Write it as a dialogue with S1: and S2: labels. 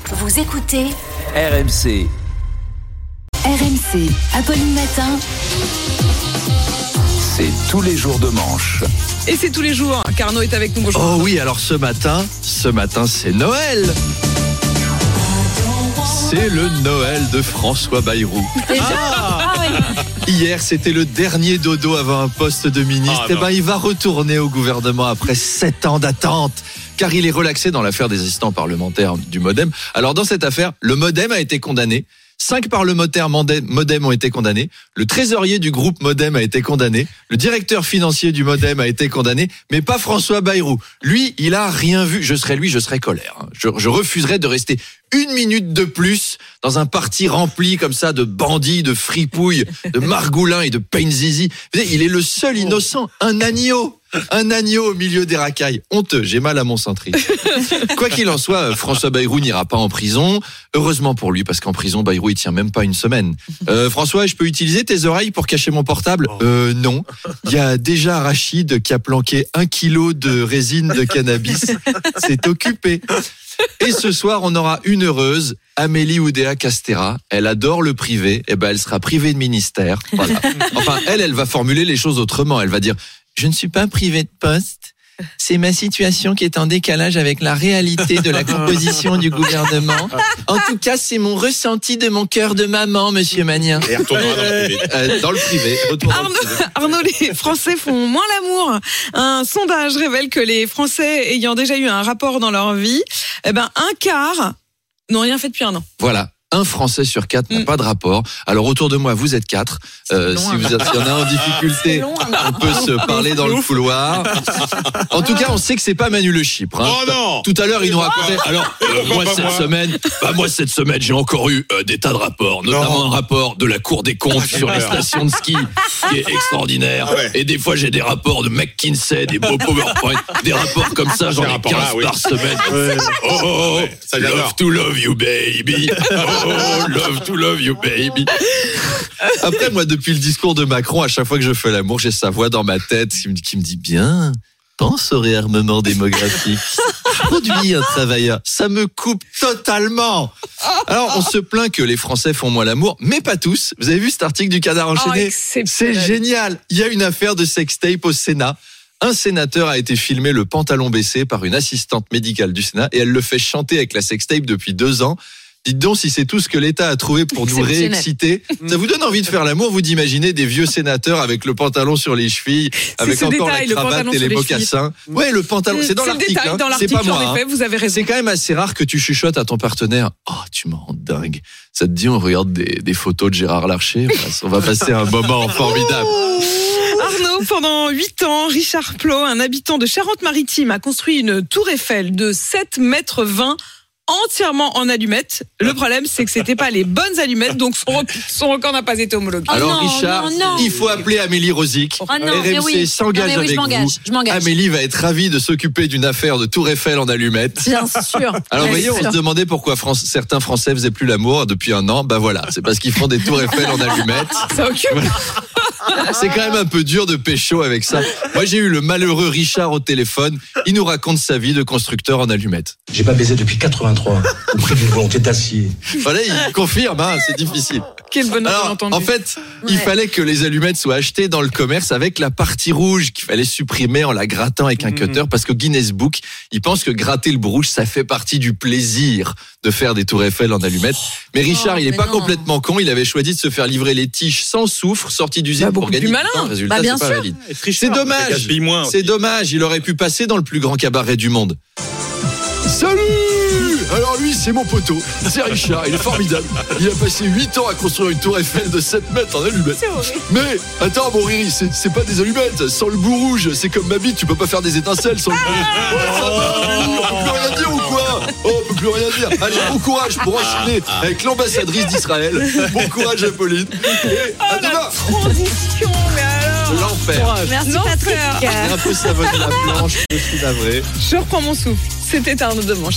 S1: Vous écoutez
S2: RMC.
S1: RMC, Apolline Matin.
S2: C'est tous les jours de manche.
S3: Et c'est tous les jours qu'Arnaud est avec nous. Bonjour.
S4: Oh oui, alors ce matin c'est Noël. C'est le Noël de François Bayrou. Hier, c'était le dernier dodo avant un poste de ministre. Il va retourner au gouvernement après 7 ans d'attente. Car il est relaxé dans l'affaire des assistants parlementaires du MoDem. Alors dans cette affaire, le MoDem a été condamné. 5 parlementaires MoDem ont été condamnés. Le trésorier du groupe MoDem a été condamné. Le directeur financier du MoDem a été condamné. Mais pas François Bayrou. Lui, il a rien vu. Je serais colère. Je refuserais de rester 1 minute de plus dans un parti rempli comme ça de bandits, de fripouilles, de margoulins et de pain-zizi. Il est le seul innocent. Un agneau au milieu des racailles. Honteux, j'ai mal à mon cintré. Quoi qu'il en soit, François Bayrou n'ira pas en prison. Heureusement pour lui, parce qu'en prison, Bayrou, il tient même pas une semaine. François, je peux utiliser tes oreilles pour cacher mon portable ? Non. Il y a déjà Rachid qui a planqué 1 kilo de résine de cannabis. C'est occupé. Et ce soir, on aura une heureuse, Amélie Oudéa Castéra. Elle adore le privé. Elle sera privée de ministère. Voilà. Enfin, elle va formuler les choses autrement. Elle va dire: je ne suis pas privée de poste. C'est ma situation qui est en décalage avec la réalité de la composition du gouvernement. En tout cas, c'est mon ressenti de mon cœur de maman, monsieur Magnien.
S5: Et retournera dans le privé.
S3: Arnaud, les Français font moins l'amour. Un sondage révèle que les Français ayant déjà eu un rapport dans leur vie, un quart n'ont rien fait depuis 1 an.
S4: Voilà. 1 Français sur 4 n'a pas de rapport. Alors autour de moi, vous êtes 4. Si il y en a en difficulté, on peut se parler dans le couloir. En tout cas, on sait que c'est pas Manu Le Chypre.
S5: Oh non.
S4: Tout à l'heure, il nous racontait. Alors, moi cette semaine, j'ai encore eu des tas de rapports, notamment un rapport de la Cour des comptes sur les stations de ski, qui est extraordinaire. Et des fois, j'ai des rapports de McKinsey, des beaux PowerPoint, des rapports comme ça, j'en ai 15 par semaine.
S5: Ça j'adore.
S4: Love to love you, baby. Oh, love to love you, baby. Après, moi, depuis le discours de Macron, à chaque fois que je fais l'amour, j'ai sa voix dans ma tête qui me dit bien. Pense au réarmement démographique. Produis un travailleur. Ça me coupe totalement. Alors, on se plaint que les Français font moins l'amour, mais pas tous. Vous avez vu cet article du Canard enchaîné ? C'est génial. Il y a une affaire de sextape au Sénat. Un sénateur a été filmé le pantalon baissé par une assistante médicale du Sénat et elle le fait chanter avec la sextape depuis 2 ans. Dites donc si c'est tout ce que l'État a trouvé pour nous réexciter. Ça vous donne envie de faire l'amour, vous d'imaginer des vieux sénateurs avec le pantalon sur les chevilles, avec encore la cravate et les mocassins. Ouais, le pantalon, c'est dans l'article. C'est pas moi.
S3: En effet, vous avez raison.
S4: C'est quand même assez rare que tu chuchotes à ton partenaire. Oh, tu me rends dingue. Ça te dit, on regarde des photos de Gérard Larcher. On va passer un moment formidable.
S3: Arnaud, pendant 8 ans, Richard Plot, un habitant de Charente-Maritime, a construit une tour Eiffel de 7,20 mètres entièrement en allumettes. Le problème, c'est que c'était pas les bonnes allumettes, donc son record n'a pas été homologué.
S4: Alors Richard, il faut appeler Amélie Rosic. RMC s'engage avec vous. Amélie va être ravie de s'occuper d'une affaire de tour Eiffel en allumettes.
S6: Bien sûr.
S4: Alors vous voyez, on se demandait pourquoi certains Français faisaient plus l'amour depuis 1 an. Voilà, c'est parce qu'ils font des tours Eiffel en allumettes.
S3: Ça occupe.
S4: C'est quand même un peu dur de pécho avec ça. Moi, j'ai eu le malheureux Richard au téléphone. Il nous raconte sa vie de constructeur en allumettes.
S7: J'ai pas baisé depuis 83, au prix d'une volonté d'acier.
S4: Voilà, il confirme, c'est difficile.
S3: Quel bonheur.
S4: Alors, en fait, il fallait que les allumettes soient achetées dans le commerce avec la partie rouge qu'il fallait supprimer en la grattant avec un cutter parce que Guinness Book, il pense que gratter le bout rouge, ça fait partie du plaisir de faire des tours Eiffel en allumettes. Mais Richard, il est pas complètement con. Il avait choisi de se faire livrer les tiges sans soufre, sorties d'usine pour gagner du temps. Résultat, c'est pas valide. C'est dommage. C'est dommage. Il aurait pu passer dans le plus grand cabaret du monde. Salut! Alors lui, c'est mon poteau, c'est Richard, il est formidable. Il a passé 8 ans à construire une tour Eiffel de 7 mètres en allumettes. Mais, attends mon Riri, c'est pas des allumettes, sans le bout rouge, c'est comme ma bite, tu peux pas faire des étincelles sans le bout. Ça va, on peut plus rien dire ou quoi ? On peut plus rien dire. Allez, bon courage pour enchaîner avec l'ambassadrice d'Israël. Bon courage Apolline. Et à demain.
S3: Transition, mais alors.
S4: L'enfer.
S6: Merci
S3: L'enfer.
S6: Patrick.
S4: C'est un peu savonné la planche, je suis navré.
S3: Je reprends mon souffle. C'était Arnaud de Manche.